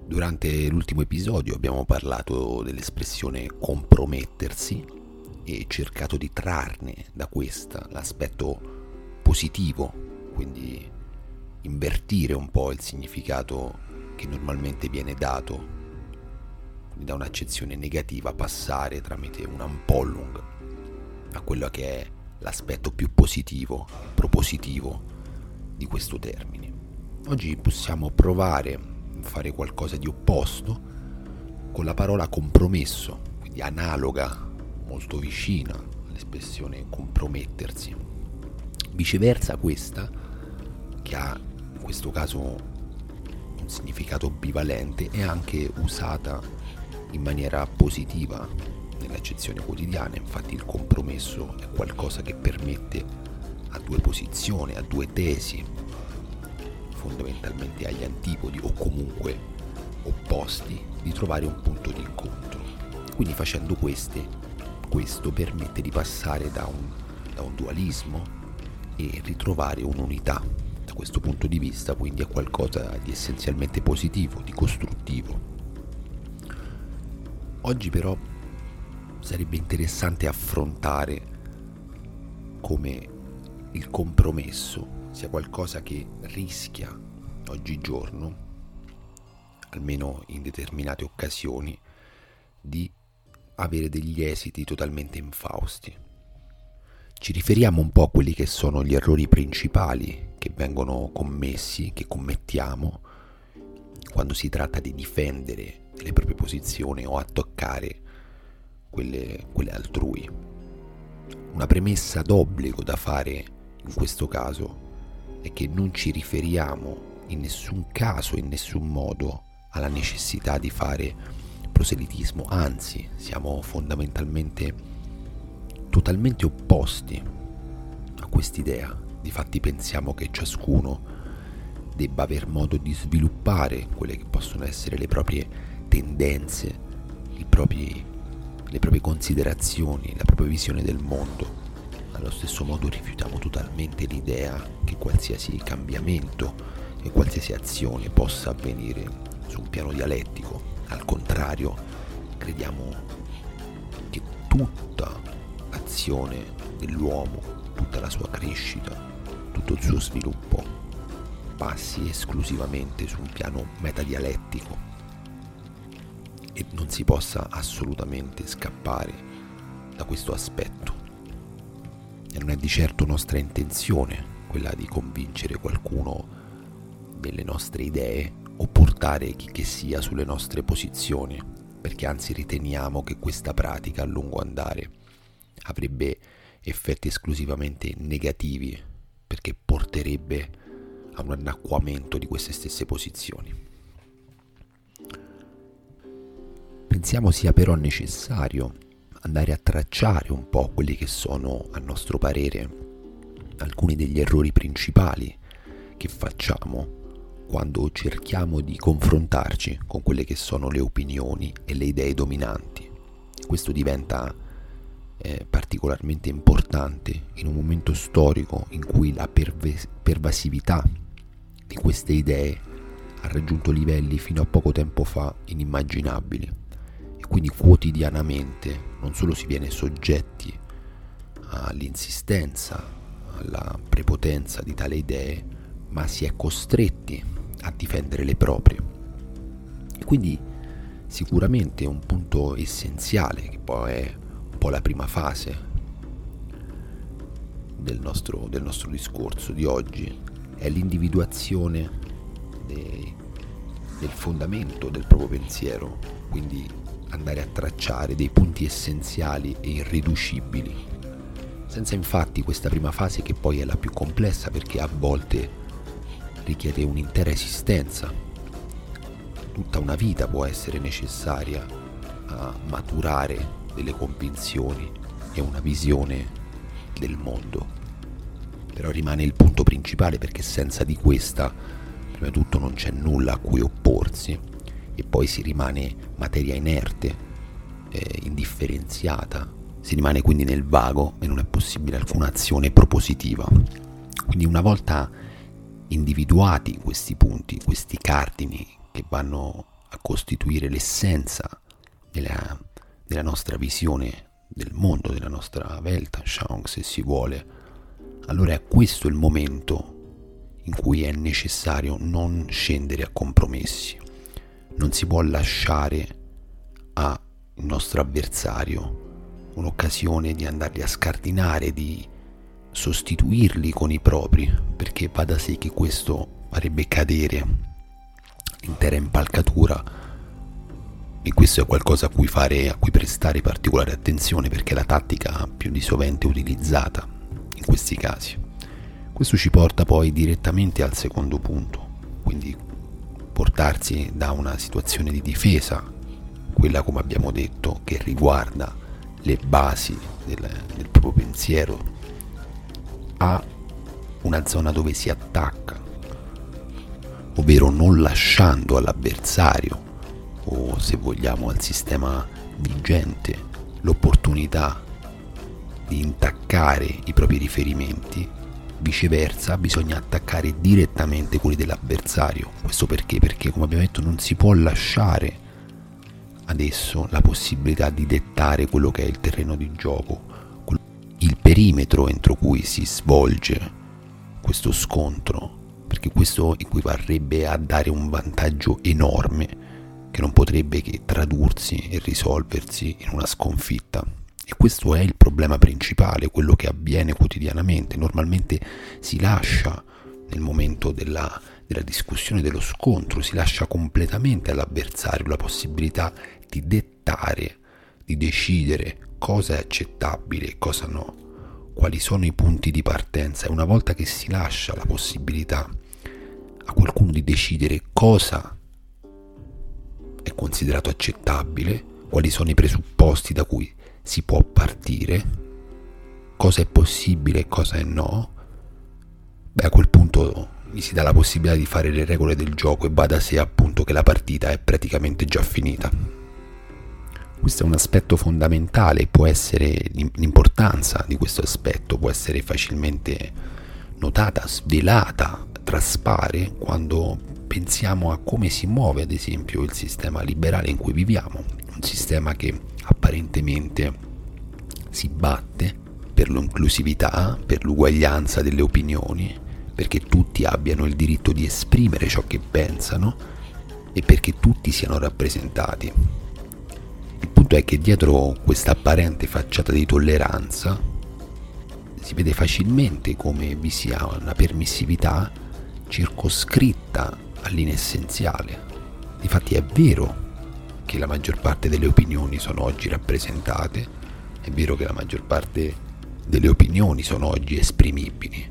Durante l'ultimo episodio abbiamo parlato dell'espressione compromettersi e cercato di trarne da questa l'aspetto positivo, quindi invertire un po' il significato che normalmente viene dato, quindi da un'accezione negativa passare tramite un unpollung a quello che è l'aspetto più positivo, propositivo di questo termine. Oggi possiamo provare fare qualcosa di opposto con la parola compromesso, quindi analoga, molto vicina all'espressione compromettersi. Viceversa, questa, che ha in questo caso un significato bivalente, è anche usata in maniera positiva nell'accezione quotidiana. Infatti il compromesso è qualcosa che permette a due posizioni, a due tesi, fondamentalmente agli antipodi o comunque opposti, di trovare un punto di incontro. Quindi facendo questo permette di passare da un dualismo e ritrovare un'unità. Da questo punto di vista quindi è qualcosa di essenzialmente positivo, di costruttivo. Oggi però sarebbe interessante affrontare come il compromesso sia qualcosa che rischia oggigiorno, almeno in determinate occasioni, di avere degli esiti totalmente infausti. Ci riferiamo un po' a quelli che sono gli errori principali che vengono commessi, che commettiamo, quando si tratta di difendere le proprie posizioni o attaccare quelle altrui. Una premessa d'obbligo da fare in questo caso è che non ci riferiamo in nessun caso, in nessun modo, alla necessità di fare proselitismo, anzi siamo fondamentalmente totalmente opposti a quest'idea. Difatti pensiamo che ciascuno debba aver modo di sviluppare quelle che possono essere le proprie tendenze, le proprie considerazioni, la propria visione del mondo. Allo stesso modo rifiutiamo totalmente l'idea che qualsiasi cambiamento e qualsiasi azione possa avvenire su un piano dialettico. Al contrario, crediamo che tutta l'azione dell'uomo, tutta la sua crescita, tutto il suo sviluppo passi esclusivamente su un piano metadialettico e non si possa assolutamente scappare da questo aspetto. E non è di certo nostra intenzione quella di convincere qualcuno delle nostre idee o portare chi che sia sulle nostre posizioni, perché anzi riteniamo che questa pratica a lungo andare avrebbe effetti esclusivamente negativi, perché porterebbe a un annacquamento di queste stesse posizioni. Pensiamo sia però necessario andare a tracciare un po' quelli che sono, a nostro parere, alcuni degli errori principali che facciamo quando cerchiamo di confrontarci con quelle che sono le opinioni e le idee dominanti. Questo diventa particolarmente importante in un momento storico in cui la pervasività di queste idee ha raggiunto livelli fino a poco tempo fa inimmaginabili. Quindi quotidianamente non solo si viene soggetti all'insistenza, alla prepotenza di tali idee, ma si è costretti a difendere le proprie. E quindi sicuramente un punto essenziale, che poi è un po' la prima fase del nostro discorso di oggi, è l'individuazione del fondamento del proprio pensiero, quindi andare a tracciare dei punti essenziali e irriducibili, senza infatti questa prima fase, che poi è la più complessa perché a volte richiede un'intera esistenza, tutta una vita può essere necessaria a maturare delle convinzioni e una visione del mondo. Però rimane il punto principale, perché senza di questa prima di tutto non c'è nulla a cui opporsi e poi si rimane materia inerte, indifferenziata, si rimane quindi nel vago e non è possibile alcuna azione propositiva. Quindi una volta individuati questi punti, questi cardini che vanno a costituire l'essenza della nostra visione del mondo, della nostra Weltanschauung, se si vuole, allora è questo il momento in cui è necessario non scendere a compromessi. Non si può lasciare al nostro avversario un'occasione di andarli a scardinare, di sostituirli con i propri, perché va da sé che questo farebbe cadere l'intera impalcatura, e questo è qualcosa a cui prestare particolare attenzione, perché è la tattica più di sovente utilizzata in questi casi. Questo ci porta poi direttamente al secondo punto, quindi portarsi da una situazione di difesa, quella, come abbiamo detto, che riguarda le basi del proprio pensiero, a una zona dove si attacca, ovvero non lasciando all'avversario, o se vogliamo al sistema vigente, l'opportunità di intaccare i propri riferimenti. Viceversa, bisogna attaccare direttamente quelli dell'avversario. Questo perché? Perché, come abbiamo detto, non si può lasciare adesso la possibilità di dettare quello che è il terreno di gioco, il perimetro entro cui si svolge questo scontro, perché questo equivarrebbe a dare un vantaggio enorme che non potrebbe che tradursi e risolversi in una sconfitta. E questo è il problema principale, quello che avviene quotidianamente. Normalmente si lascia, nel momento della discussione, dello scontro, si lascia completamente all'avversario la possibilità di dettare, di decidere cosa è accettabile e cosa no, quali sono i punti di partenza. E una volta che si lascia la possibilità a qualcuno di decidere cosa è considerato accettabile, quali sono i presupposti da cui si può partire, cosa è possibile e cosa è no, a quel punto mi si dà la possibilità di fare le regole del gioco e va da sé appunto che la partita è praticamente già finita. Questo è un aspetto fondamentale, può essere l'importanza di questo aspetto, può essere facilmente notata, svelata, traspare quando pensiamo a come si muove ad esempio il sistema liberale in cui viviamo, un sistema che apparentemente si batte per l'inclusività, per l'uguaglianza delle opinioni, perché tutti abbiano il diritto di esprimere ciò che pensano e perché tutti siano rappresentati. Il punto è che dietro questa apparente facciata di tolleranza si vede facilmente come vi sia una permissività circoscritta all'inessenziale. Difatti è vero che la maggior parte delle opinioni sono oggi rappresentate, è vero che la maggior parte delle opinioni sono oggi esprimibili,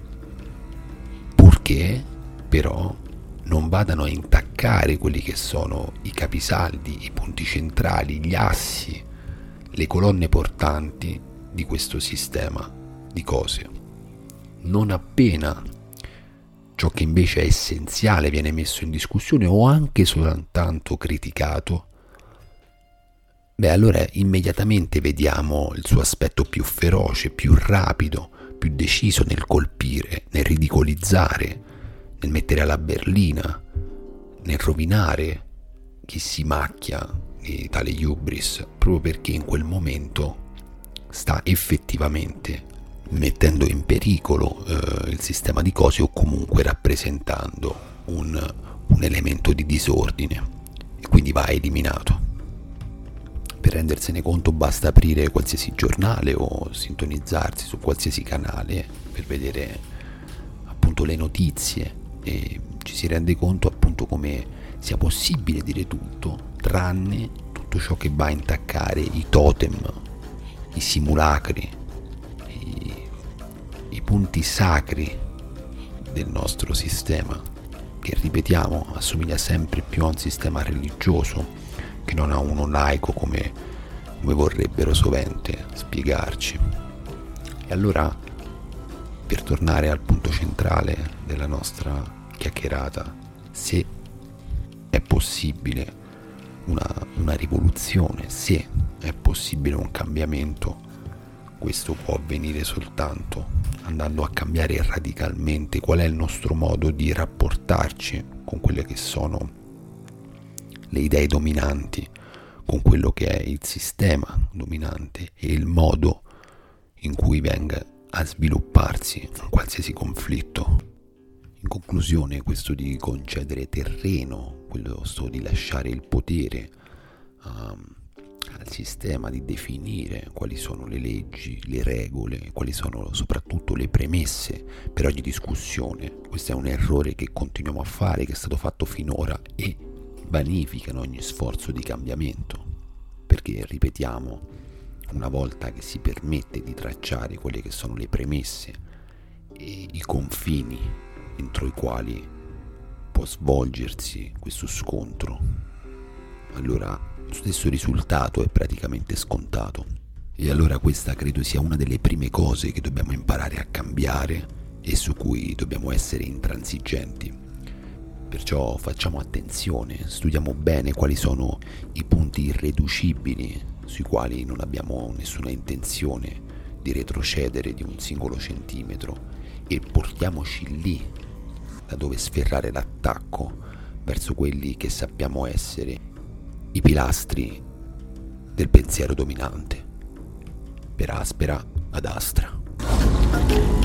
purché però non vadano a intaccare quelli che sono i capisaldi, i punti centrali, gli assi, le colonne portanti di questo sistema di cose. Non appena ciò che invece è essenziale viene messo in discussione o anche soltanto criticato, allora immediatamente vediamo il suo aspetto più feroce, più rapido, più deciso nel colpire, nel ridicolizzare, nel mettere alla berlina, nel rovinare chi si macchia di tale hubris, proprio perché in quel momento sta effettivamente mettendo in pericolo il sistema di cose o comunque rappresentando un elemento di disordine e quindi va eliminato. Per rendersene conto basta aprire qualsiasi giornale o sintonizzarsi su qualsiasi canale per vedere appunto le notizie e ci si rende conto appunto come sia possibile dire tutto tranne tutto ciò che va a intaccare i totem, i simulacri, i punti sacri del nostro sistema, che ripetiamo assomiglia sempre più a un sistema religioso che non a uno laico come vorrebbero sovente spiegarci. E allora, per tornare al punto centrale della nostra chiacchierata, se è possibile una rivoluzione, se è possibile un cambiamento, questo può avvenire soltanto andando a cambiare radicalmente qual è il nostro modo di rapportarci con quelle che sono le idee dominanti con quello che è il sistema dominante e il modo in cui venga a svilupparsi un qualsiasi conflitto. In conclusione, questo di concedere terreno, questo di lasciare il potere al sistema di definire quali sono le leggi, le regole, quali sono soprattutto le premesse per ogni discussione. Questo è un errore che continuiamo a fare, che è stato fatto finora e vanificano ogni sforzo di cambiamento, perché, ripetiamo, una volta che si permette di tracciare quelle che sono le premesse e i confini entro i quali può svolgersi questo scontro, allora lo stesso risultato è praticamente scontato. E allora questa credo sia una delle prime cose che dobbiamo imparare a cambiare e su cui dobbiamo essere intransigenti. Perciò facciamo attenzione, studiamo bene quali sono i punti irreducibili sui quali non abbiamo nessuna intenzione di retrocedere di un singolo centimetro e portiamoci lì da dove sferrare l'attacco verso quelli che sappiamo essere i pilastri del pensiero dominante. Per aspera ad astra.